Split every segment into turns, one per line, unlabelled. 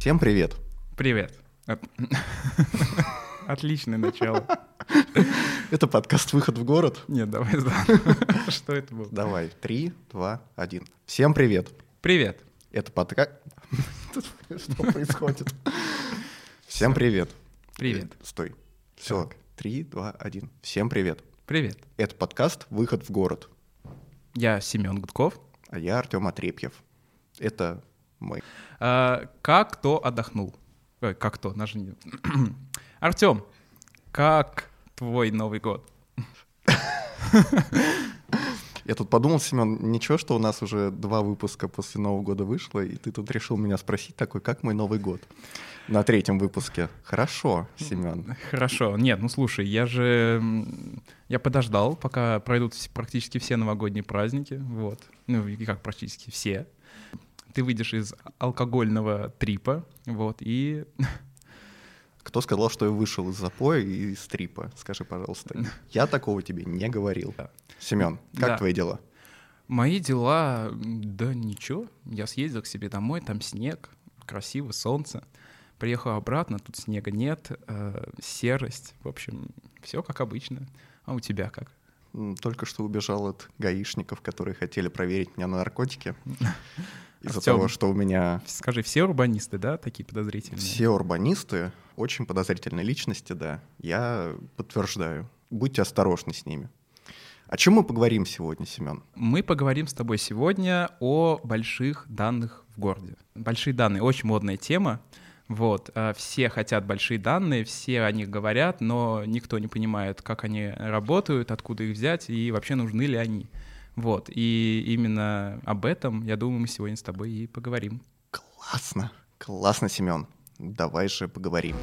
Всем привет.
Привет. Отличное начало.
Это подкаст «Выход в город».
Нет, давай заново. Что это было?
Давай, 3, 2, 1. Всем привет.
Привет.
Это подкаст... Что происходит? Всем привет.
Привет.
Стой. Все, 3, 2, 1. Всем привет.
Привет.
Это подкаст «Выход в город».
Я Семен Гудков.
А я Артем Отрепьев. Это мы.
Как кто отдохнул? Ой, как кто? Артем, как твой Новый год?
Я тут подумал, Семен, ничего, что у нас уже 2 выпуска после Нового года вышло, и ты тут решил меня спросить такой, как мой Новый год? На 3-м выпуске. Хорошо, Семен.
Хорошо. Нет, слушай, я подождал, пока пройдут практически все новогодние праздники, вот. Ну, и как практически все. Ты выйдешь из алкогольного трипа, вот, и...
Кто сказал, что я вышел из запоя и из трипа? Скажи, пожалуйста. Я такого тебе не говорил.
Да.
Семен, как твои дела?
Мои дела, да ничего. Я съездил к себе домой, там снег, красиво, солнце. Приехал обратно, тут снега нет, серость. В общем, все как обычно. А у тебя как?
Только что убежал от гаишников, которые хотели проверить меня на наркотики. Из-за
Артём,
того, что у меня...
Скажи, все урбанисты, да, такие подозрительные?
Все урбанисты очень подозрительные личности, да. Я подтверждаю. Будьте осторожны с ними. О чем мы поговорим сегодня, Семен?
Мы поговорим с тобой сегодня о больших данных в городе. Большие данные — очень модная тема. Вот. Все хотят большие данные, все о них говорят, но никто не понимает, как они работают, откуда их взять и вообще нужны ли они. Вот. И именно об этом, я думаю, мы сегодня с тобой и поговорим.
Классно. Классно, Семен. Давай же поговорим.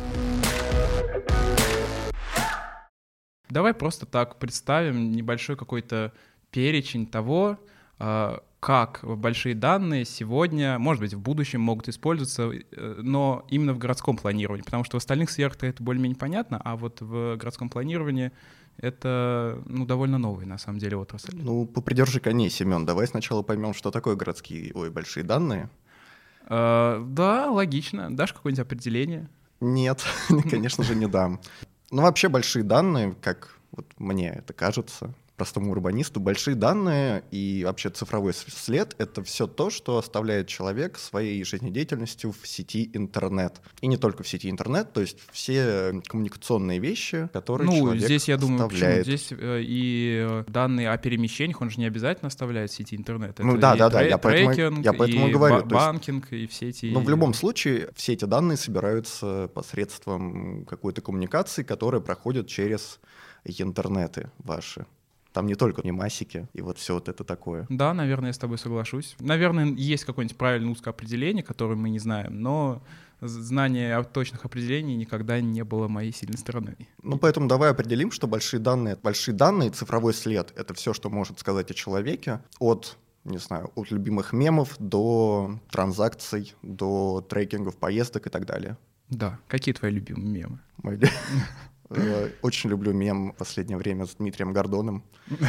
Давай просто так представим небольшой какой-то перечень того, как большие данные сегодня, может быть, в будущем могут использоваться, но именно в городском планировании, потому что в остальных сферах это более-менее понятно, а вот в городском планировании это довольно новый, на самом деле, отрасль.
Попридержи коней, Семен. Давай сначала поймем, что такое большие данные.
Да, логично. Дашь какое-нибудь определение?
Нет, конечно же, не дам. Вообще большие данные, как вот мне это кажется, простому урбанисту, большие данные и вообще цифровой след — это все то, что оставляет человек своей жизнедеятельностью в сети интернет. И не только в сети интернет, то есть все коммуникационные вещи, которые человек
здесь, я думаю,
оставляет.
Здесь и данные о перемещениях, он же не обязательно оставляет в сети интернет. Это
я поэтому и говорю.
Банкинг, и все эти...
Но в любом случае все эти данные собираются посредством какой-то коммуникации, которая проходит через интернеты ваши. Там не только мемасики и вот все вот это такое.
Да, наверное, я с тобой соглашусь. Наверное, есть какое-нибудь правильное узкое определение, которое мы не знаем, но знание точных определений никогда не было моей сильной стороной.
Поэтому давай определим, что большие данные, цифровой след — это все, что может сказать о человеке, от любимых мемов до транзакций, до трекингов поездок и так далее.
Да, какие твои любимые мемы?
Очень люблю мем в последнее время с Дмитрием Гордоном.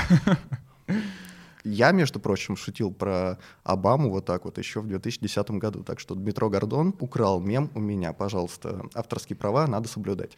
Я, между прочим, шутил про Обаму вот так вот еще в 2010 году. Так что Дмитро Гордон украл мем у меня. Пожалуйста, авторские права надо соблюдать.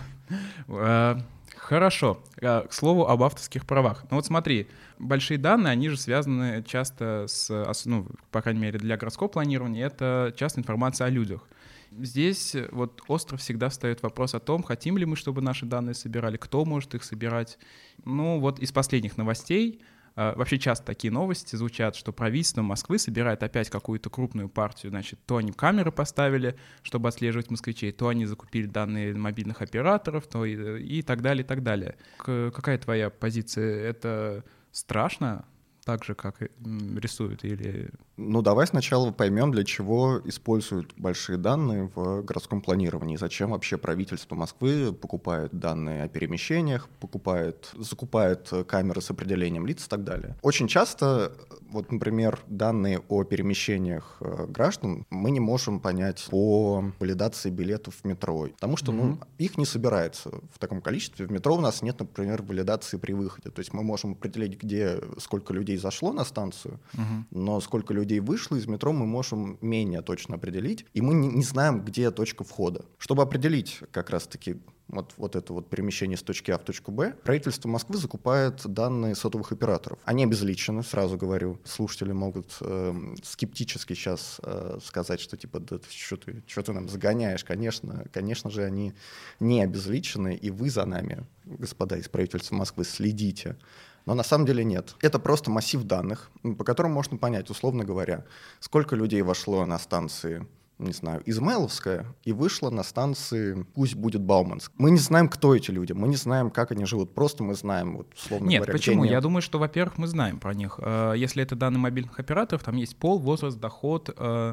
Хорошо. К слову об авторских правах. Смотри, большие данные, они же связаны часто по крайней мере, для городского планирования, это часто информация о людях. Здесь вот остро всегда встает вопрос о том, хотим ли мы, чтобы наши данные собирали, кто может их собирать. Из последних новостей, вообще часто такие новости звучат, что правительство Москвы собирает опять какую-то крупную партию, то они камеры поставили, чтобы отслеживать москвичей, то они закупили данные мобильных операторов, то и так далее, и так далее. Какая твоя позиция? Это страшно? Так же, как рисуют, или...
Давай сначала поймем, для чего используют большие данные в городском планировании. Зачем вообще правительство Москвы покупает данные о перемещениях, закупает камеры с определением лиц и так далее. Очень часто, например, данные о перемещениях граждан мы не можем понять по валидации билетов в метро, потому что их не собирается в таком количестве. В метро у нас нет, например, валидации при выходе. То есть мы можем определить, сколько людей зашло на станцию, но сколько людей людей вышло из метро, мы можем менее точно определить, и мы не знаем, где точка входа. Чтобы определить как раз-таки вот это вот перемещение с точки А в точку Б, правительство Москвы закупает данные сотовых операторов. Они обезличены, сразу говорю. Слушатели могут скептически сейчас сказать, что типа, да, что ты нам загоняешь. Конечно же, они не обезличены, и вы за нами, господа из правительства Москвы, следите. Но на самом деле нет. Это просто массив данных, по которым можно понять, условно говоря, сколько людей вошло на станции, не знаю, Измайловская и вышло на станции, пусть будет Бауманск. Мы не знаем, кто эти люди, мы не знаем, как они живут, просто мы знаем, вот, условно
нет,
говоря,
почему?
где
Я думаю, что, во-первых, мы знаем про них. Если это данные мобильных операторов, там есть пол, возраст, доход.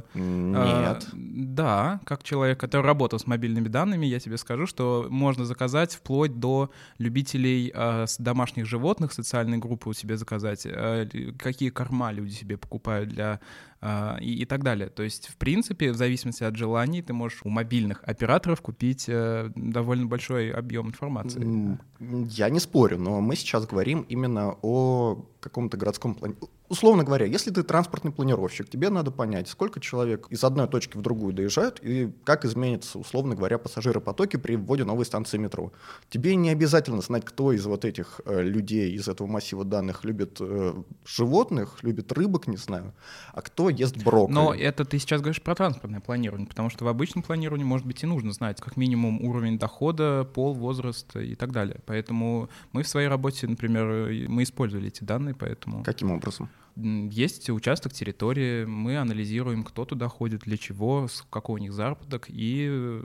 Нет.
Да, как человек, который работал с мобильными данными, я тебе скажу, что можно заказать вплоть до любителей домашних животных, социальные группы у себя заказать, какие корма люди себе покупают для и так далее. То есть, в принципе, в зависимости от желаний, ты можешь у мобильных операторов купить довольно большой объем информации.
Я не спорю, но мы сейчас говорим именно о каком-то городском плане. Условно говоря, если ты транспортный планировщик, тебе надо понять, сколько человек из одной точки в другую доезжают и как изменятся, условно говоря, пассажиропотоки при вводе новой станции метро. Тебе не обязательно знать, кто из вот этих людей, из этого массива данных любит животных, любит рыбок, не знаю, а кто ест брокколи.
Но это ты сейчас говоришь про транспортное планирование, потому что в обычном планировании, может быть, и нужно знать как минимум уровень дохода, пол, возраст и так далее. Поэтому мы в своей работе, например, мы использовали эти данные, поэтому...
Каким образом?
Есть участок территории, мы анализируем, кто туда ходит, для чего, какой у них заработок, и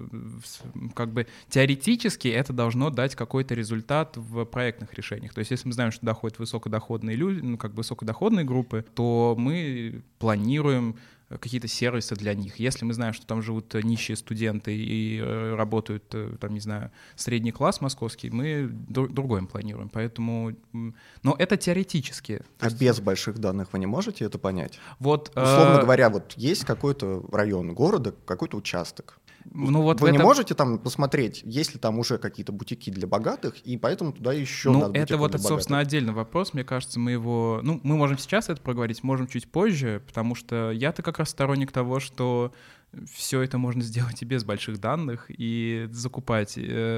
как бы теоретически это должно дать какой-то результат в проектных решениях. То есть если мы знаем, что туда ходят высокодоходные люди, ну как бы высокодоходные группы, то мы планируем какие-то сервисы для них. Если мы знаем, что там живут нищие студенты и работают, там, не знаю, средний класс московский, мы другое им планируем. Поэтому... Но это теоретически.
А без больших данных вы не можете это понять?
Вот,
условно говоря, вот есть какой-то район города, какой-то участок.
Ну, вот
вы не можете там посмотреть, есть ли там уже какие-то бутики для богатых, и поэтому туда еще надо бутиков
это вот,
для
это, собственно,
богатых.
отдельный вопрос. Мне кажется, мы его... Ну, мы можем сейчас это проговорить, можем чуть позже, потому что я-то как раз сторонник того, что все это можно сделать и без больших данных, и закупать,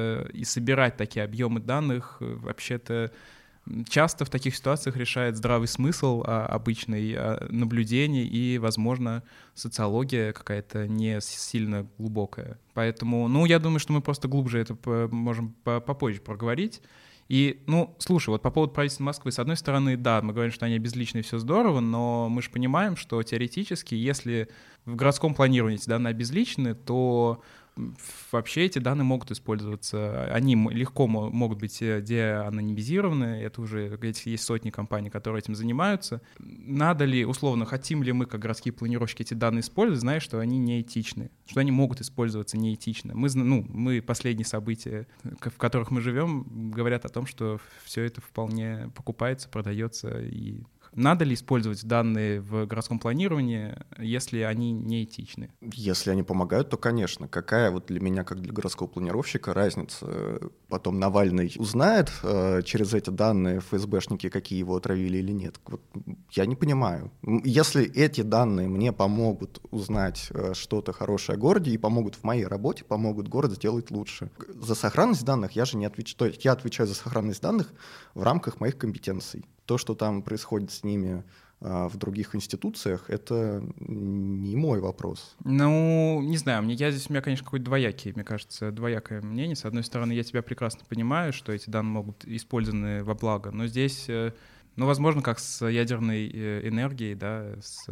и собирать такие объемы данных вообще-то... Часто в таких ситуациях решает здравый смысл, обычный наблюдение и, возможно, социология какая-то не сильно глубокая. Поэтому, ну, я думаю, что мы просто глубже это можем попозже проговорить. И, ну, слушай, вот по поводу правительства Москвы, с одной стороны, да, мы говорим, что они безличные, все здорово, но мы же понимаем, что теоретически, если в городском планировании эти данные обезличены, то вообще эти данные могут использоваться, они легко могут быть деанонимизированы, это уже есть сотни компаний, которые этим занимаются. Надо ли, условно, хотим ли мы, как городские планировщики, эти данные использовать, зная, что они неэтичны, что они могут использоваться неэтично. Мы последние события, в которых мы живем, говорят о том, что все это вполне покупается, продается и... Надо ли использовать данные в городском планировании, если они неэтичны?
Если они помогают, то, конечно. Какая вот для меня, как для городского планировщика, разница? Потом Навальный узнает через эти данные ФСБшники, какие его отравили или нет? Вот я не понимаю. Если эти данные мне помогут узнать что-то хорошее о городе и помогут в моей работе, помогут город сделать лучше. За сохранность данных я же не отвечаю. То есть я отвечаю за сохранность данных в рамках моих компетенций. То, что там происходит с ними в других институциях, это не мой вопрос.
Ну, не знаю, у меня, конечно, какой-то двоякий, мне кажется, двоякое мнение. С одной стороны, я тебя прекрасно понимаю, что эти данные могут использованы во благо, но здесь... Ну, возможно, как с ядерной энергией, да,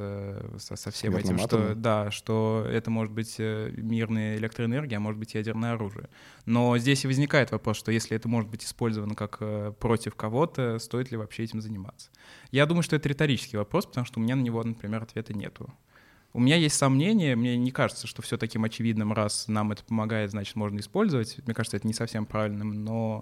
со всем этим, что это может быть мирная электроэнергия, а может быть ядерное оружие. Но здесь и возникает вопрос, что если это может быть использовано как против кого-то, стоит ли вообще этим заниматься? Я думаю, что это риторический вопрос, потому что у меня на него, например, ответа нету. У меня есть сомнения, мне не кажется, что все таким очевидным, раз нам это помогает, значит, можно использовать. Мне кажется, это не совсем правильным, но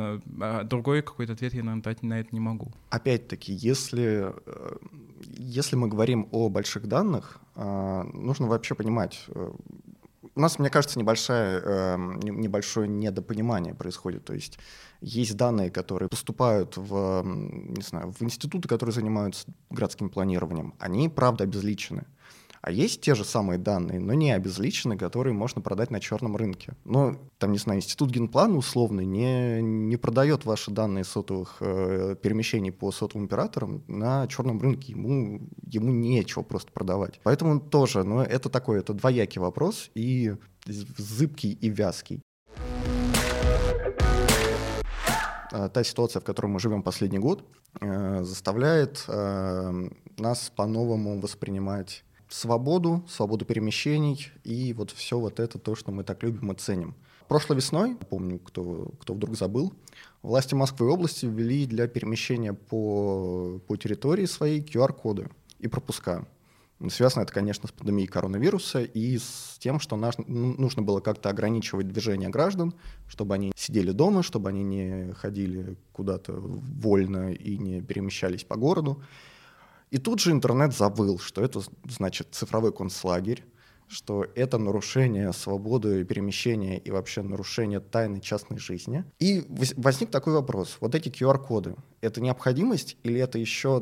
другой какой-то ответ я, наверное, дать на это не могу.
Опять-таки, если мы говорим о больших данных, нужно вообще понимать, У нас, мне кажется, небольшое недопонимание происходит. То есть данные, которые поступают не знаю, в институты, которые занимаются городским планированием. Они, правда, обезличены. А есть те же самые данные, но не обезличенные, которые можно продать на черном рынке. Но, там, не знаю, институт генплана условный не продает ваши данные сотовых перемещений по сотовым операторам на черном рынке. Ему нечего просто продавать. Поэтому тоже, это двоякий вопрос и зыбкий и вязкий. Та ситуация, в которой мы живем последний год, заставляет нас по-новому воспринимать свободу перемещений и вот все вот это, то, что мы так любим и ценим. Прошлой весной, помню, кто вдруг забыл, власти Москвы и области ввели для перемещения по территории своей QR-коды и пропуска. Связано это, конечно, с пандемией коронавируса и с тем, что нужно было как-то ограничивать движение граждан, чтобы они сидели дома, чтобы они не ходили куда-то вольно и не перемещались по городу. И тут же интернет забыл, что это значит цифровой концлагерь, что это нарушение свободы перемещения и вообще нарушение тайны частной жизни. И возник такой вопрос. Вот эти QR-коды — это необходимость или это еще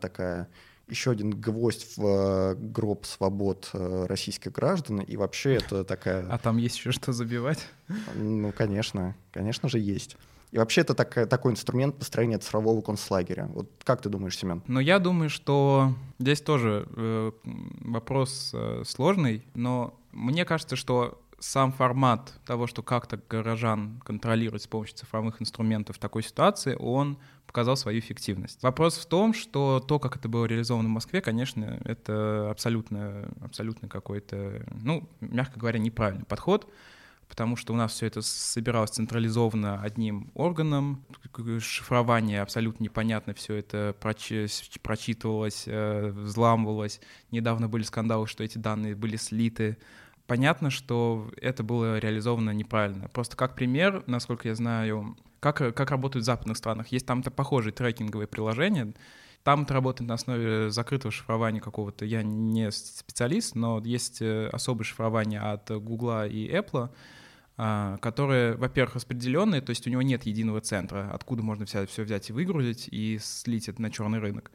один гвоздь в гроб свобод российских граждан, и вообще это такая...
А там есть еще что забивать?
Ну, конечно же есть. И вообще это такой инструмент построения цифрового концлагеря. Вот как ты думаешь, Семен?
Ну, я думаю, что здесь тоже вопрос сложный, но мне кажется, что сам формат того, что как-то горожан контролировать с помощью цифровых инструментов в такой ситуации, он показал свою эффективность. Вопрос в том, что то, как это было реализовано в Москве, конечно, это абсолютно какой-то, мягко говоря, неправильный подход, потому что у нас все это собиралось централизованно одним органом, шифрование абсолютно непонятно, все это прочитывалось, взламывалось. Недавно были скандалы, что эти данные были слиты. Понятно, что это было реализовано неправильно. Просто как пример, насколько я знаю, как работают в западных странах. Есть там-то похожие трекинговые приложения. Там это работает на основе закрытого шифрования какого-то. Я не специалист, но есть особое шифрование от Google и Apple, которые, во-первых, распределенные, то есть у него нет единого центра, откуда можно все взять и выгрузить и слить это на черный рынок.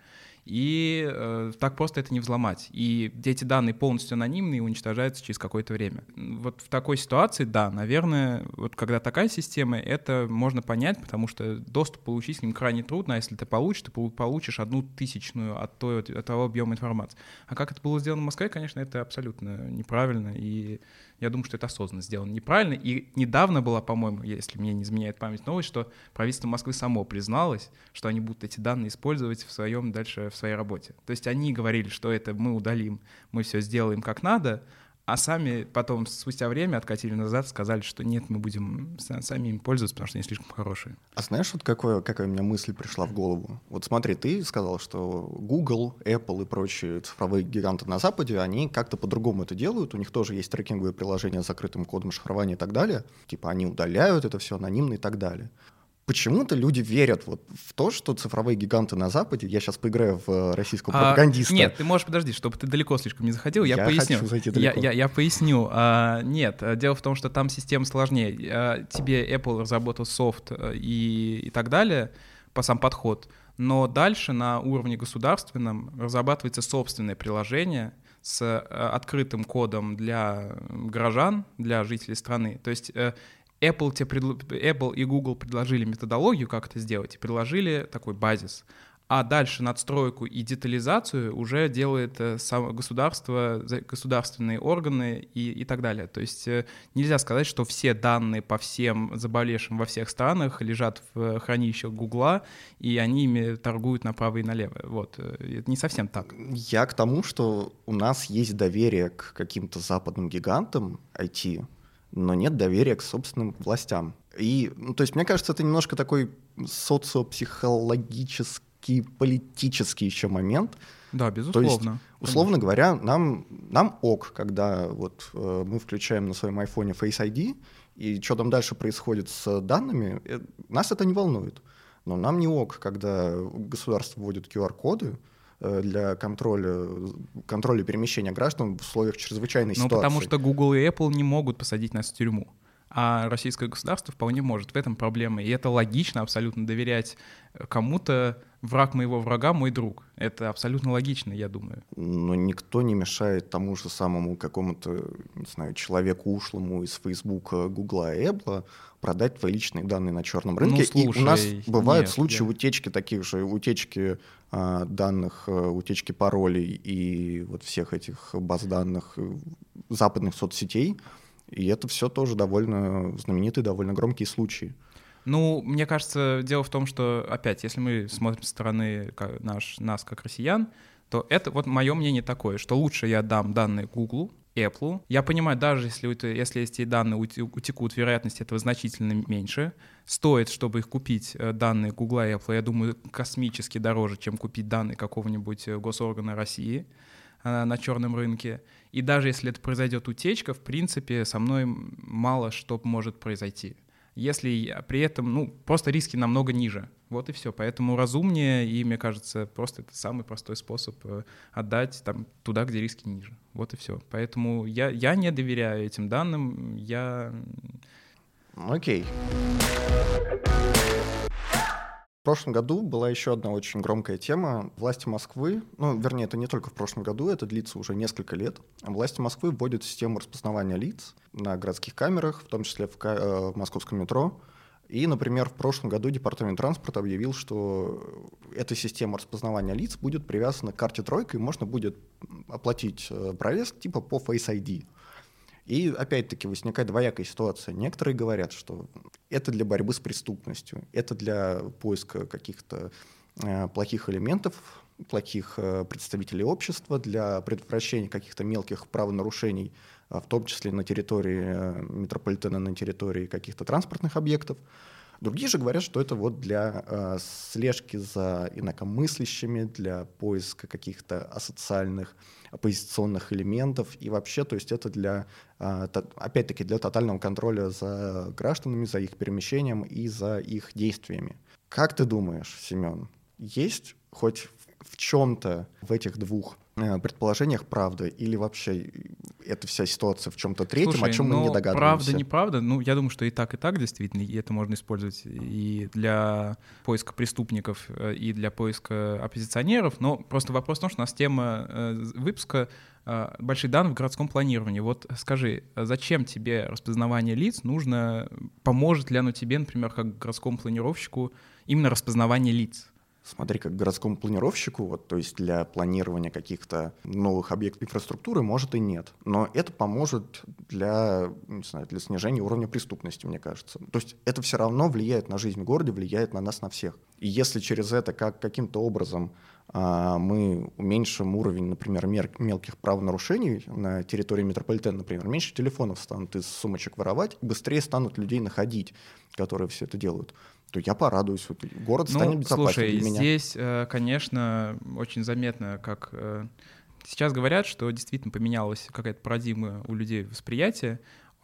И так просто это не взломать. И эти данные полностью анонимные и уничтожаются через какое-то время. Вот в такой ситуации, да, наверное, вот когда такая система, это можно понять, потому что доступ получить к ним крайне трудно, а если ты получишь 1/1000 от того объема информации. А как это было сделано в Москве, конечно, это абсолютно неправильно, и я думаю, что это осознанно сделано неправильно. И недавно была, по-моему, если мне не изменяет память, новость, что правительство Москвы само призналось, что они будут эти данные использовать в своей работе. То есть они говорили, что это мы удалим, мы все сделаем как надо, а сами потом, спустя время, откатили назад, сказали, что нет, мы будем сами им пользоваться, потому что они слишком хорошие.
А знаешь, вот какая у меня мысль пришла в голову? Вот смотри, ты сказал, что Google, Apple и прочие цифровые гиганты на Западе, они как-то по-другому это делают, у них тоже есть трекинговые приложения с закрытым кодом шифрования и так далее, типа они удаляют это все анонимно и так далее. Почему-то люди верят вот в то, что цифровые гиганты на Западе, я сейчас поиграю в российского пропагандиста.
Нет, ты можешь, подожди, чтобы ты далеко слишком не заходил, я поясню.
Хочу зайти далеко.
Я поясню. Нет, дело в том, что там система сложнее. Тебе Apple разработал софт и так далее, по сам подход, но дальше на уровне государственном разрабатывается собственное приложение с открытым кодом для горожан, для жителей страны. То есть Apple и Google предложили методологию, как это сделать, и предложили такой базис. А дальше надстройку и детализацию уже делает само государство, государственные органы и так далее. То есть нельзя сказать, что все данные по всем заболевшим во всех странах лежат в хранилищах Гугла, и они ими торгуют направо и налево. Вот. Это не совсем так.
Я к тому, что у нас есть доверие к каким-то западным гигантам IT, но нет доверия к собственным властям. И, то есть, мне кажется, это немножко такой социопсихологический, политический еще момент.
Да, безусловно.
То есть, условно говоря, нам ок, когда вот мы включаем на своем айфоне Face ID, и что там дальше происходит с данными, нас это не волнует. Но нам не ок, когда государство вводит QR-коды, для контроля перемещения граждан в условиях чрезвычайной ситуации.
Потому что Google и Apple не могут посадить нас в тюрьму. А российское государство вполне может. В этом проблема. И это логично абсолютно доверять кому-то. Враг моего врага — мой друг. Это абсолютно логично, я думаю.
Но никто не мешает тому же самому какому-то, не знаю, человеку ушлому из Facebook, Google и Apple продать твои личные данные на черном рынке.
Слушай,
и у нас бывают случаи утечки таких же, утечки данных, утечки паролей и вот всех этих баз данных западных соцсетей. И это все тоже довольно знаменитые, довольно громкие случаи.
Мне кажется, дело в том, что, опять, если мы смотрим со стороны нас как россиян, то это вот мое мнение такое, что лучше я дам данные Google, Apple. Я понимаю, даже если эти данные утекут, вероятность этого значительно меньше. Стоит, чтобы их купить, данные Google и Apple, я думаю, космически дороже, чем купить данные какого-нибудь госоргана России на черном рынке. И даже если это произойдет утечка, в принципе, со мной мало что может произойти. Если при этом, просто риски намного ниже. Вот и все. Поэтому разумнее, и, мне кажется, просто это самый простой способ отдать туда, где риски ниже. Вот и все. Поэтому я не доверяю этим данным.
Окей. В прошлом году была еще одна очень громкая тема. Власти Москвы, вернее, это не только в прошлом году, это длится уже несколько лет. Власти Москвы вводят систему распознавания лиц на городских камерах, в том числе в московском метро. И, например, в прошлом году Департамент транспорта объявил, что эта система распознавания лиц будет привязана к карте «Тройка», и можно будет оплатить проезд типа по Face ID. И опять-таки возникает двоякая ситуация. Некоторые говорят, что это для борьбы с преступностью, это для поиска каких-то плохих элементов, плохих представителей общества, для предотвращения каких-то мелких правонарушений, в том числе на территории метрополитена, на территории каких-то транспортных объектов. Другие же говорят, что это вот для слежки за инакомыслящими, для поиска каких-то асоциальных, оппозиционных элементов и вообще, то есть это для, опять-таки, для тотального контроля за гражданами, за их перемещением и за их действиями. Как ты думаешь, Семен, есть хоть в чем-то в этих двух предположениях правда, или вообще эта вся ситуация в чем-то третьем, о чем мы не догадываемся?
Правда, неправда, я думаю, что и так действительно, и это можно использовать и для поиска преступников, и для поиска оппозиционеров, но просто вопрос в том, что у нас тема выпуска больших данных в городском планировании. Вот скажи, зачем тебе распознавание лиц нужно, поможет ли оно тебе, например, как городскому планировщику, именно распознавание лиц?
Смотри, как городскому планировщику, то есть для планирования каких-то новых объектов инфраструктуры, может и нет. Но это поможет для снижения уровня преступности, мне кажется. То есть это все равно влияет на жизнь в городе, влияет на нас, на всех. И если через это каким-то образом мы уменьшим уровень, например, мелких правонарушений на территории метрополитена, например, меньше телефонов станут из сумочек воровать, быстрее станут людей находить, которые все это делают, то я порадуюсь. Город станет безопаснее для меня.
Здесь, конечно, очень заметно, как сейчас говорят, что действительно поменялась какая-то парадигма у людей восприятия.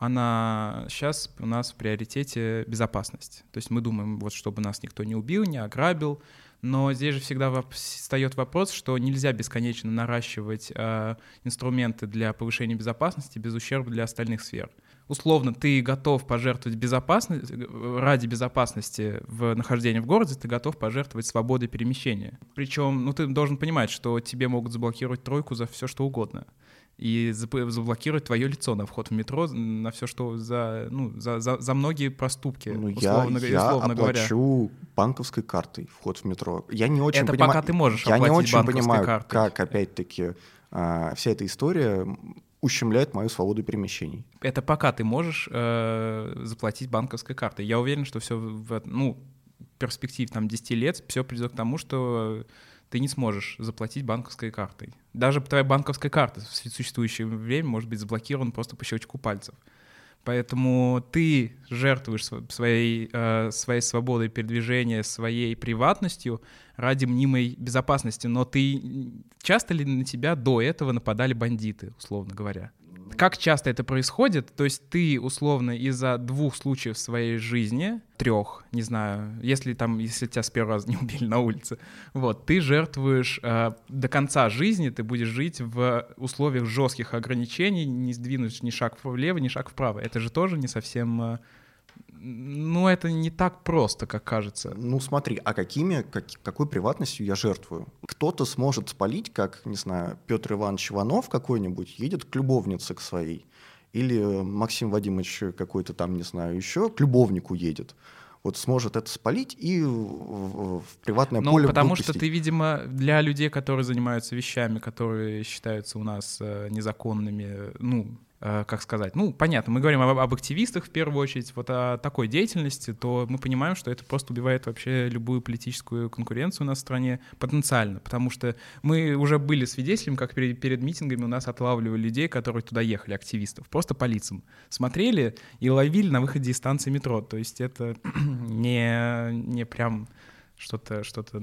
Сейчас у нас в приоритете безопасность. То есть мы думаем, чтобы нас никто не убил, не ограбил. Но здесь же всегда встает вопрос, что нельзя бесконечно наращивать инструменты для повышения безопасности без ущерба для остальных сфер. Условно, ты готов пожертвовать ради безопасности в нахождении в городе, ты готов пожертвовать свободой перемещения. Причем, ты должен понимать, что тебе могут заблокировать тройку за все, что угодно. И заблокировать твое лицо на вход в метро на все, что за многие проступки, условно
оплачу банковской картой вход в метро. Я не очень
понимаю, пока ты можешь оплатить банковской картой.
Как, опять-таки, вся эта история ущемляет мою свободу перемещений.
Это пока ты можешь заплатить банковской картой. Я уверен, что все в перспективе 10 лет все придет к тому, что ты не сможешь заплатить банковской картой. Даже твоя банковская карта в существующее время может быть заблокирована просто по щелчку пальцев. Поэтому ты жертвуешь своей свободой передвижения, своей приватностью ради мнимой безопасности. Но часто ли на тебя до этого нападали бандиты, условно говоря? Как часто это происходит? То есть ты, условно, из-за 2 случаев в своей жизни, 3, не знаю, если тебя с первого раза не убили на улице, вот, ты жертвуешь до конца жизни, ты будешь жить в условиях жестких ограничений, не сдвинуть ни шаг влево, ни шаг вправо. Это же тоже не совсем... Ну, это не так просто, как кажется.
Ну, смотри, а какой приватностью я жертвую? Кто-то сможет спалить, как, не знаю, Петр Иванович Иванов какой-нибудь едет к любовнице к своей, или Максим Вадимович какой-то там, не знаю, еще к любовнику едет. Вот сможет это спалить и в приватное поле
потому
выпустить.
что ты, видимо, для людей, которые занимаются вещами, которые считаются у нас незаконными, как сказать, понятно, мы говорим об активистах в первую очередь, вот о такой деятельности, то мы понимаем, что это просто убивает вообще любую политическую конкуренцию у нас в стране потенциально, потому что мы уже были свидетелем, как перед митингами у нас отлавливали людей, которые туда ехали, активистов, просто по лицам смотрели и ловили на выходе из станции метро, то есть это не прям... Что-то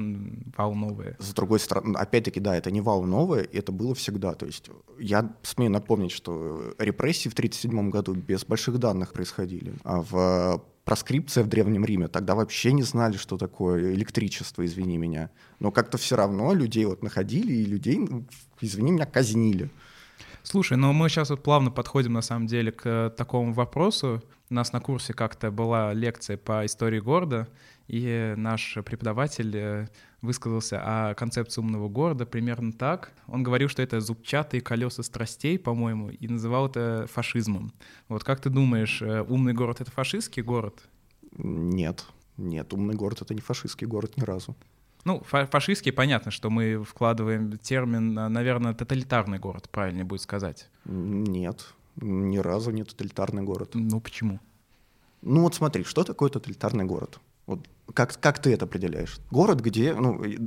вау новое.
С другой стороны, опять-таки, да, это не вау новое, это было всегда. То есть я смею напомнить, что репрессии в 1937 году без больших данных происходили. А в проскрипция в Древнем Риме тогда вообще не знали, что такое электричество, извини меня. Но как-то все равно людей вот находили, и людей, извини меня, казнили.
Слушай, мы сейчас вот плавно подходим на самом деле к такому вопросу. У нас на курсе как-то была лекция по истории города, и наш преподаватель высказался о концепции умного города примерно так. Он говорил, что это зубчатые колеса страстей, по-моему, и называл это фашизмом. Вот как ты думаешь, умный город — это фашистский город?
Нет, умный город — это не фашистский город ни разу.
Фашистский, понятно, что мы вкладываем термин, наверное, тоталитарный город, правильнее будет сказать.
Нет, ни разу не тоталитарный город.
Почему?
Вот смотри, что такое тоталитарный город? Вот как ты это определяешь? Город, где,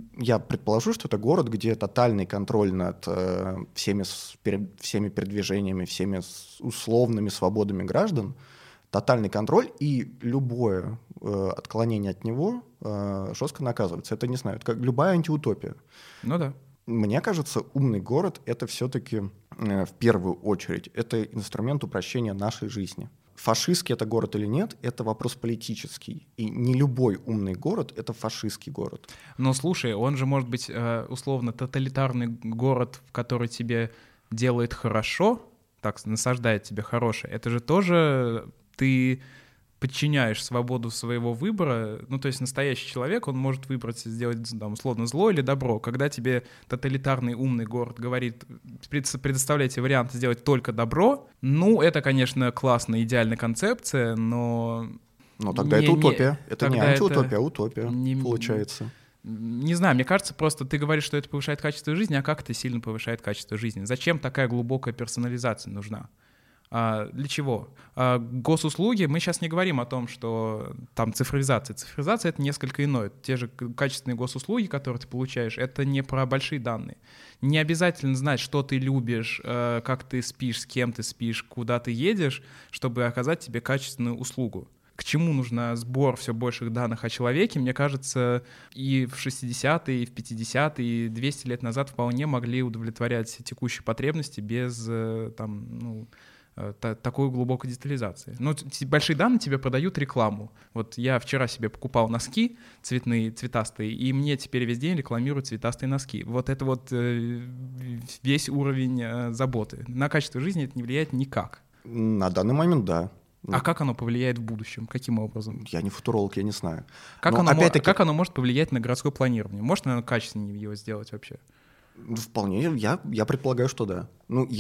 я предположу, что это город, где тотальный контроль над всеми передвижениями, всеми условными свободами граждан, тотальный контроль, и любое отклонение от него жестко наказывается. Это, не знаю, это как любая антиутопия.
Да.
Мне кажется, умный город — это все-таки в первую очередь это инструмент упрощения нашей жизни. Фашистский это город или нет, это вопрос политический. И не любой умный город — это фашистский город.
Но слушай, он же может быть условно тоталитарный город, в который тебе делает хорошо, так насаждает тебе хорошее. Это же тоже ты подчиняешь свободу своего выбора. То есть настоящий человек, он может выбрать, сделать условно зло или добро. Когда тебе тоталитарный умный город говорит, предоставляет тебе вариант сделать только добро, это, конечно, классная, идеальная концепция, но...
Но тогда это утопия. Это не антиутопия, а утопия, получается.
Не знаю, мне кажется, просто ты говоришь, что это повышает качество жизни, а как это сильно повышает качество жизни? Зачем такая глубокая персонализация нужна? Для чего? Госуслуги, мы сейчас не говорим о том, что там цифровизация. Цифровизация — это несколько иное. Те же качественные госуслуги, которые ты получаешь, это не про большие данные. Не обязательно знать, что ты любишь, как ты спишь, с кем ты спишь, куда ты едешь, чтобы оказать тебе качественную услугу. К чему нужен сбор все больших данных о человеке, мне кажется, и в 60-е, и в 50-е, и 200 лет назад вполне могли удовлетворять текущие потребности без такой глубокой детализации. Большие данные тебе продают рекламу. Вот я вчера себе покупал носки цветные, цветастые, и мне теперь весь день рекламируют цветастые носки. Вот это вот весь уровень заботы. На качество жизни это не влияет никак.
На данный момент, да.
А как оно повлияет в будущем? Каким образом?
Я не футуролог, я не знаю.
Как оно может повлиять на городское планирование? Может, наверное, качественнее его сделать вообще?
Вполне, я предполагаю, что да.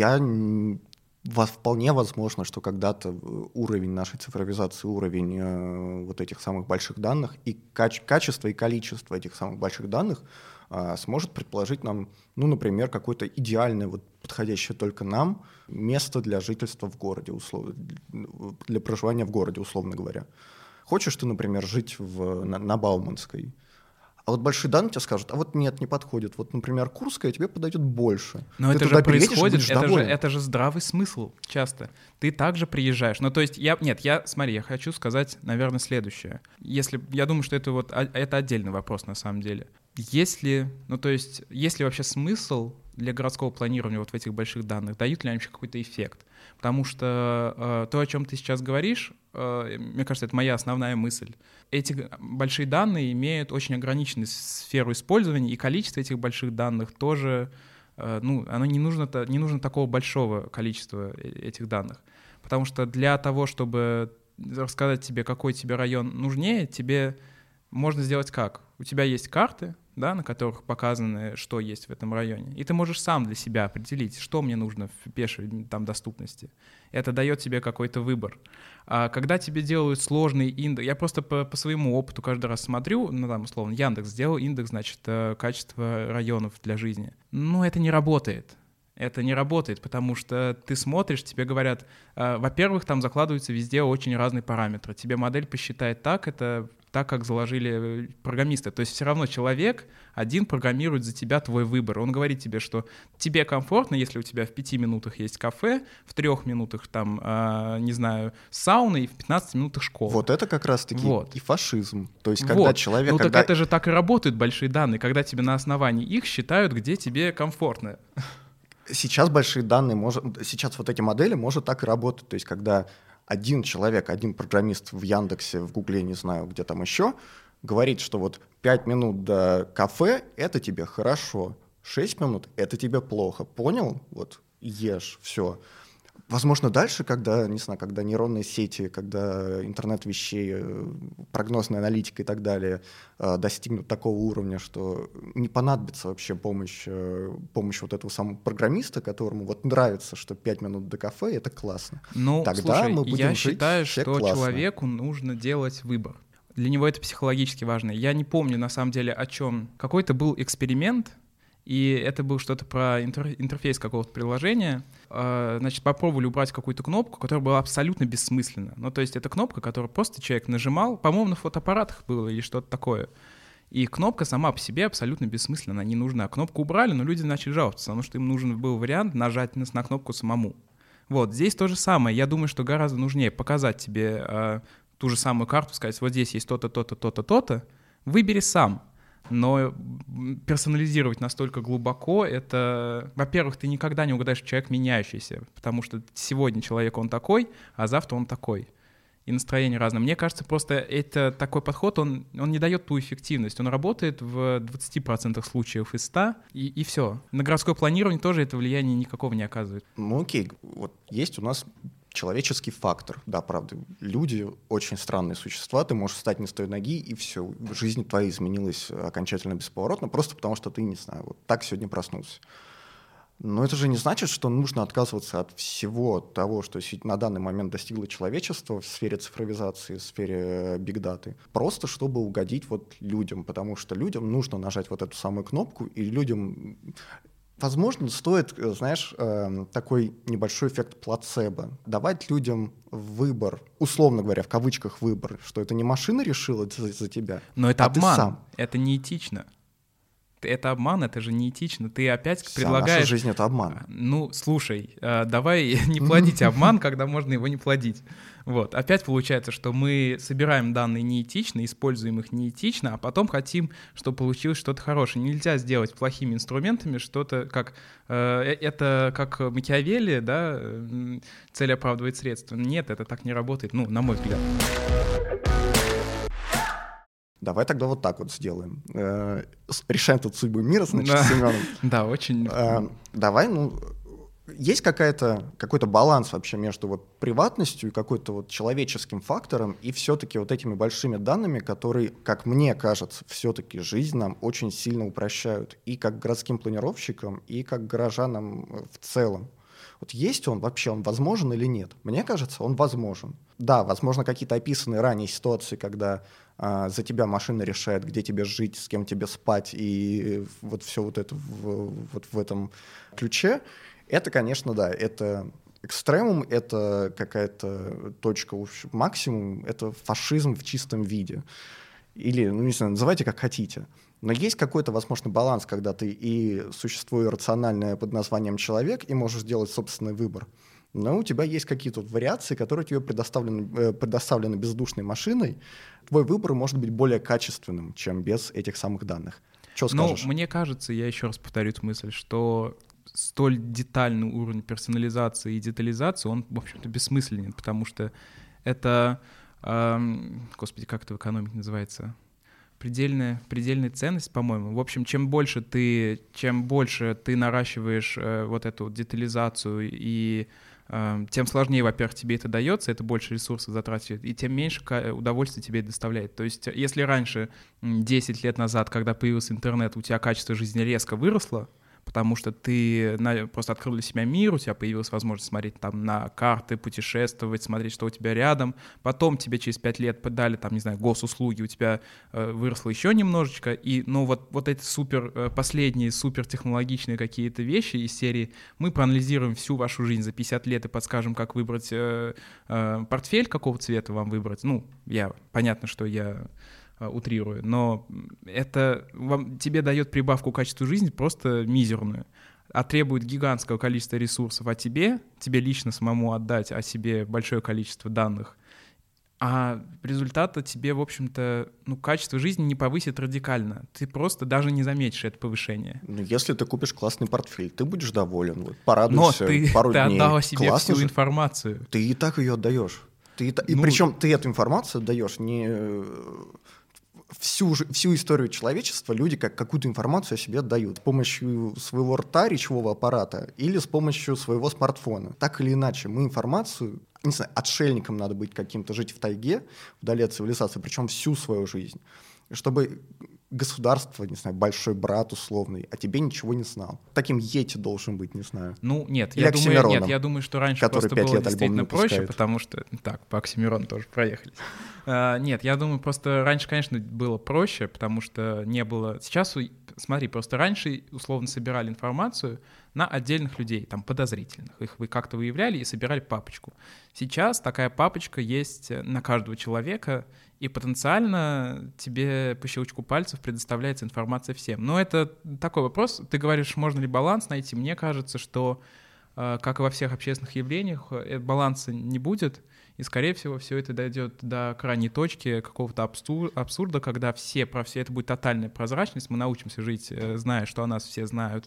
Вполне возможно, что когда-то уровень нашей цифровизации, уровень вот этих самых больших данных и качество и количество этих самых больших данных сможет предположить нам, например, какое-то идеальное, подходящее только нам место для жительства в городе, для проживания в городе, условно говоря. Хочешь ты, например, жить на Бауманской, а вот большие данные тебе скажут, а вот нет, не подходит. Вот, например, Курская тебе подойдет больше.
Но это же происходит, это же здравый смысл часто. Ты также приезжаешь. Смотри, я хочу сказать, наверное, следующее. Я думаю, что это отдельный вопрос на самом деле. есть ли вообще смысл для городского планирования вот в этих больших данных, дают ли они вообще какой-то эффект? Потому что то, о чем ты сейчас говоришь, мне кажется, это моя основная мысль. Эти большие данные имеют очень ограниченную сферу использования, и количество этих больших данных тоже, оно не нужно такого большого количества этих данных. Потому что для того, чтобы рассказать тебе, какой тебе район нужнее, тебе можно сделать как? У тебя есть карты, да, на которых показано, что есть в этом районе, и ты можешь сам для себя определить, что мне нужно в пешей там доступности. Это дает тебе какой-то выбор. А когда тебе делают сложный индекс, я просто по своему опыту каждый раз смотрю, там, условно, Яндекс сделал индекс, значит, качества районов для жизни. Это не работает. Это не работает, потому что ты смотришь, тебе говорят, во-первых, там закладываются везде очень разные параметры. Тебе модель посчитает так, как заложили программисты. То есть все равно человек один программирует за тебя твой выбор. Он говорит тебе, что тебе комфортно, если у тебя в 5 минутах есть кафе, в 3 минутах там, сауна и в 15 минутах школа.
Вот это как раз-таки и фашизм. То есть когда человек...
Так это же так и работают большие данные, когда тебе на основании их считают, где тебе комфортно.
Сейчас большие данные сейчас вот эти модели может так и работать. То есть когда один человек, один программист в Яндексе, в Гугле, не знаю, где там еще, говорит, что вот 5 минут до кафе — это тебе хорошо, 6 минут — это тебе плохо. Понял? Вот ешь, все. Возможно, дальше, когда нейронные сети, когда интернет вещей, прогнозная аналитика и так далее достигнут такого уровня, что не понадобится вообще помощь вот этого самого программиста, которому вот нравится, что 5 минут до кафе — это классно. Тогда мы будем
я
жить
считаю,
все
что
классно.
человеку нужно делать выбор. Для него это психологически важно. Я не помню, на самом деле, о чем. Какой-то был эксперимент, и это был что-то про интерфейс какого-то приложения. Значит, попробовали убрать какую-то кнопку, которая была абсолютно бессмысленна. То есть это кнопка, которую просто человек нажимал, по-моему, на фотоаппаратах было или что-то такое. И кнопка сама по себе абсолютно бессмысленна, она не нужна. Кнопку убрали, но люди начали жаловаться, потому что им нужен был вариант нажать на кнопку самому. Вот, здесь то же самое. Я думаю, что гораздо нужнее показать тебе ту же самую карту, сказать, вот здесь есть то-то, то-то, то-то, то-то, выбери сам. Но персонализировать настолько глубоко, это, во-первых, ты никогда не угадаешь, человек меняющийся, потому что сегодня человек он такой, а завтра он такой. И настроение разное. Мне кажется, просто это такой подход, он не дает ту эффективность. Он работает в 20% случаев из 100, и все. На городское планирование тоже это влияние никакого не оказывает.
Окей, вот есть у нас человеческий фактор. Да, правда, люди очень странные существа, ты можешь встать не с той ноги, и все, жизнь твоя изменилась окончательно бесповоротно, просто потому что ты, не знаю, вот так сегодня проснулся. Но это же не значит, что нужно отказываться от всего того, что на данный момент достигло человечество в сфере цифровизации, в сфере бигдаты, просто чтобы угодить вот людям, потому что людям нужно нажать вот эту самую кнопку, и людям... Возможно, стоит, знаешь, такой небольшой эффект плацебо. Давать людям выбор, условно говоря, в кавычках выбор, что это не машина решила за тебя,
но это обман,
ты сам.
Это неэтично. Это обман, это же неэтично. Ты опять
Вся
предлагаешь...
наша жизнь — это обман.
Слушай, давай не плодить обман, когда можно его не плодить. Вот. Опять получается, что мы собираем данные неэтично, используем их неэтично, а потом хотим, чтобы получилось что-то хорошее. Нельзя сделать плохими инструментами что-то, как... это как Макиавелли, да, цель оправдывает средства. Нет, это так не работает, на мой взгляд.
Давай тогда вот так вот сделаем. Решаем тут судьбу мира, значит, с Семеном.
Да, очень...
Давай, есть какой-то баланс вообще между вот приватностью и какой-то вот человеческим фактором и все-таки вот этими большими данными, которые, как мне кажется, все-таки жизнь нам очень сильно упрощают и как городским планировщикам, и как горожанам в целом. Вот есть он вообще, он возможен или нет? Мне кажется, он возможен. Да, возможно, какие-то описанные ранее ситуации, когда за тебя машина решает, где тебе жить, с кем тебе спать, и вот все вот это вот в этом ключе. Это, конечно, да, это экстремум, это какая-то точка максимум, это фашизм в чистом виде. Или, не знаю, называйте как хотите. Но есть какой-то, возможно, баланс, когда ты и существуешь рациональное под названием человек, и можешь сделать собственный выбор. Но у тебя есть какие-то вариации, которые тебе предоставлены бездушной машиной. Твой выбор может быть более качественным, чем без этих самых данных. Что скажешь?
Мне кажется, я еще раз повторю эту мысль, что столь детальный уровень персонализации и детализации, он, в общем-то, бессмысленен, потому что это, господи, как это в экономике называется? Предельная ценность, по-моему. В общем, чем больше ты наращиваешь вот эту вот детализацию, и тем сложнее, во-первых, тебе это дается, это больше ресурсов затрачивает, и тем меньше удовольствия тебе это доставляет. То есть если раньше, 10 лет назад, когда появился интернет, у тебя качество жизни резко выросло, потому что ты просто открыл для себя мир, у тебя появилась возможность смотреть там на карты, путешествовать, смотреть, что у тебя рядом. Потом тебе через 5 лет подали, там, не знаю, госуслуги, у тебя выросло еще немножечко. Но вот эти последние супертехнологичные какие-то вещи из серии «Мы проанализируем всю вашу жизнь за 50 лет и подскажем, как выбрать портфель, какого цвета вам выбрать». Понятно, что я утрирую, но это тебе дает прибавку качеству жизни просто мизерную, а требует гигантского количества ресурсов тебе лично самому отдать о себе большое количество данных, а результата тебе, в общем-то, качество жизни не повысит радикально. Ты просто даже не заметишь это повышение.
Если ты купишь классный портфель, ты будешь доволен, порадуешься пару дней.
Но ты отдал себе
Классно
всю
же.
информацию.
Ты и так ее отдаешь. И причем ты эту информацию отдаешь не всю историю человечества. Люди какую-то информацию о себе отдают с помощью своего рта, речевого аппарата или с помощью своего смартфона. Так или иначе, мы информацию, не знаю, отшельником надо быть каким-то, жить в тайге, вдали от цивилизации, причем всю свою жизнь, чтобы государство, не знаю, большой брат условный, о тебе ничего не знал. Таким Йети должен быть, не знаю.
Нет, я думаю, что раньше просто было действительно проще, потому что... Так, по Оксимирону тоже проехались. Нет, я думаю, просто раньше, конечно, было проще, потому что не было... Сейчас, смотри, просто раньше условно собирали информацию на отдельных людей, там, подозрительных. Их вы как-то выявляли и собирали папочку. Сейчас такая папочка есть на каждого человека, и потенциально тебе по щелчку пальцев предоставляется информация всем. Но это такой вопрос. Ты говоришь, можно ли баланс найти? Мне кажется, что, как и во всех общественных явлениях, баланса не будет. И, скорее всего, все это дойдет до крайней точки какого-то абсурда, когда про все это будет тотальная прозрачность. Мы научимся жить, зная, что о нас все знают,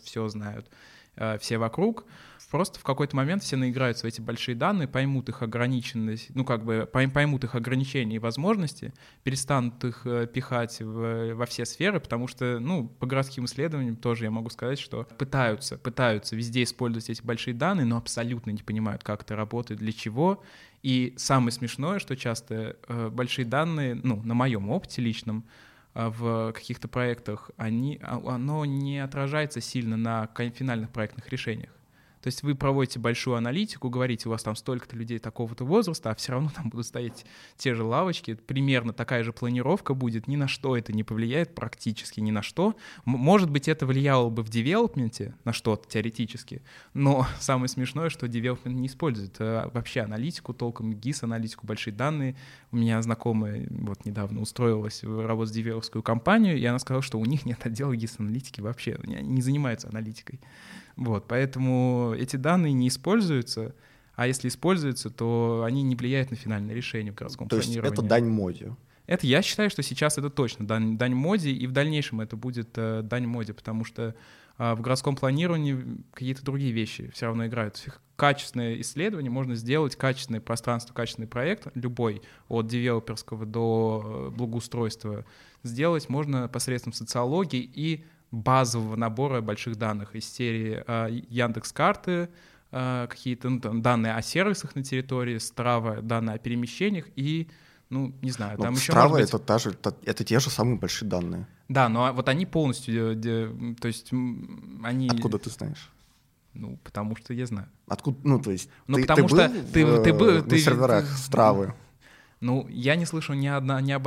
все вокруг. Просто в какой-то момент все наиграются в эти большие данные, поймут их ограниченность, поймут их ограничения и возможности, перестанут их пихать во все сферы, потому что, по городским исследованиям тоже я могу сказать, что пытаются везде использовать эти большие данные, но абсолютно не понимают, как это работает, для чего. И самое смешное, что часто большие данные, на моем опыте личном, в каких-то проектах, оно не отражается сильно на финальных проектных решениях. То есть вы проводите большую аналитику, говорите, у вас там столько-то людей такого-то возраста, а все равно там будут стоять те же лавочки, примерно такая же планировка будет, ни на что это не повлияет, практически ни на что. Может быть, это влияло бы в девелопменте на что-то теоретически, но самое смешное, что девелопмент не использует вообще аналитику толком, GIS-аналитику, большие данные. У меня знакомая недавно устроилась работать в девелоперскую компанию, и она сказала, что у них нет отдела GIS-аналитики вообще, они не занимаются аналитикой. Поэтому эти данные не используются, а если используются, то они не влияют на финальное решение в городском планировании.
То есть это дань моде?
Я считаю, что сейчас это точно дань моде, и в дальнейшем это будет дань моде, потому что в городском планировании какие-то другие вещи все равно играют. Качественное исследование можно сделать, качественное пространство, качественный проект, любой, от девелоперского до благоустройства, сделать можно посредством социологии и базового набора больших данных из серии Яндекс.Карты, какие-то данные о сервисах на территории, Strava, данные о перемещениях и, не знаю, там еще
Strava
может быть...
это те же самые большие данные.
Да, но они полностью, то есть они...
Откуда ты знаешь?
Потому что я знаю.
Откуда, то есть
потому
ты был на серверах Stravы?
Я не слышал ни об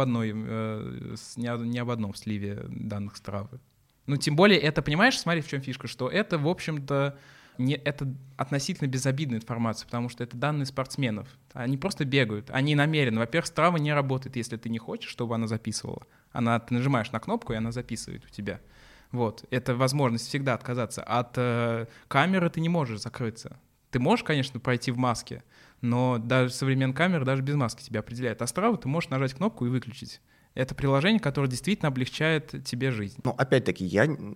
одном сливе данных Stravы. Тем более это, понимаешь, смотри, в чем фишка, что это, в общем-то, это относительно безобидная информация, потому что это данные спортсменов. Они просто бегают, они намеренно. Во-первых, Strava не работает, если ты не хочешь, чтобы она записывала. Ты нажимаешь на кнопку, и она записывает у тебя. Это возможность всегда отказаться. От камеры ты не можешь закрыться. Ты можешь, конечно, пройти в маске, но даже современные камеры даже без маски тебя определяют. А Strava ты можешь нажать кнопку и выключить. Это приложение, которое действительно облегчает тебе жизнь.
Ну, опять-таки,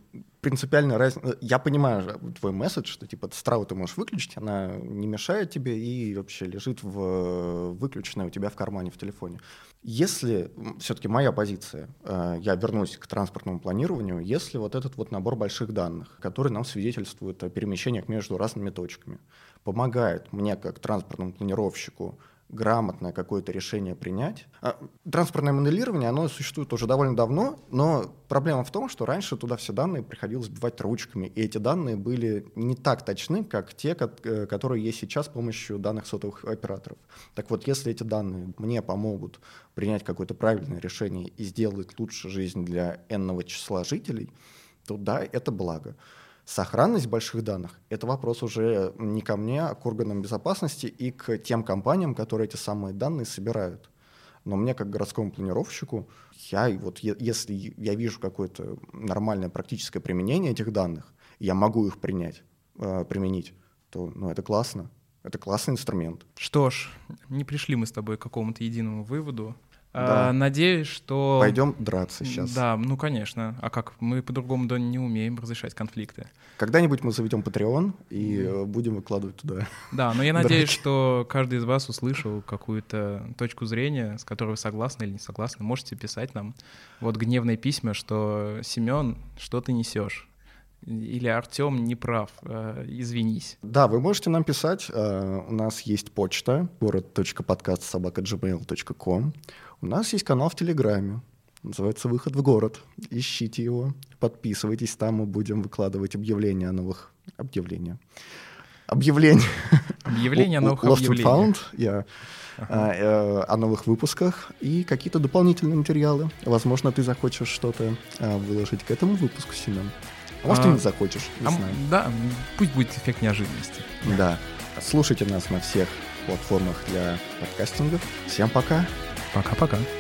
я понимаю твой месседж, что типа страву ты можешь выключить, она не мешает тебе и вообще лежит выключенная у тебя в кармане в телефоне. Если, все-таки моя позиция, я вернусь к транспортному планированию, если вот этот вот набор больших данных, который нам свидетельствует о перемещениях между разными точками, помогает мне как транспортному планировщику грамотное какое-то решение принять. Транспортное моделирование, оно существует уже довольно давно, но проблема в том, что раньше туда все данные приходилось вбивать ручками, и эти данные были не так точны, как те, которые есть сейчас с помощью данных сотовых операторов. Так вот, если эти данные мне помогут принять какое-то правильное решение и сделать лучше жизнь для n-го числа жителей, то да, это благо. Сохранность больших данных — это вопрос уже не ко мне, а к органам безопасности и к тем компаниям, которые эти самые данные собирают. Но мне, как городскому планировщику, если я вижу какое-то нормальное практическое применение этих данных, я могу их применить, то это классно. Это классный инструмент.
Что ж, не пришли мы с тобой к какому-то единому выводу.
Да.
Надеюсь, что...
Пойдем драться сейчас.
Да, конечно. А как? Мы по-другому не умеем разрешать конфликты.
Когда-нибудь мы заведем Patreon и будем выкладывать туда.
Да, но я надеюсь, что каждый из вас услышал какую-то точку зрения, с которой вы согласны или не согласны. Можете писать нам гневные письма, что «Семен, что ты несешь?» Или «Артем не прав, извинись».
Да, вы можете нам писать. У нас есть почта город.подкаст@gmail.com. У нас есть канал в Телеграме. Называется «Выход в город». Ищите его, подписывайтесь. Там мы будем выкладывать объявления о новых... Объявления о новых объявлениях. О новых выпусках и какие-то дополнительные материалы. Возможно, ты захочешь что-то выложить к этому выпуску, Семен. А может, ты не захочешь, не знаю.
Да, пусть будет эффект неожиданности.
Да. Слушайте нас на всех платформах для подкастингов. Всем пока.
Пока-пока.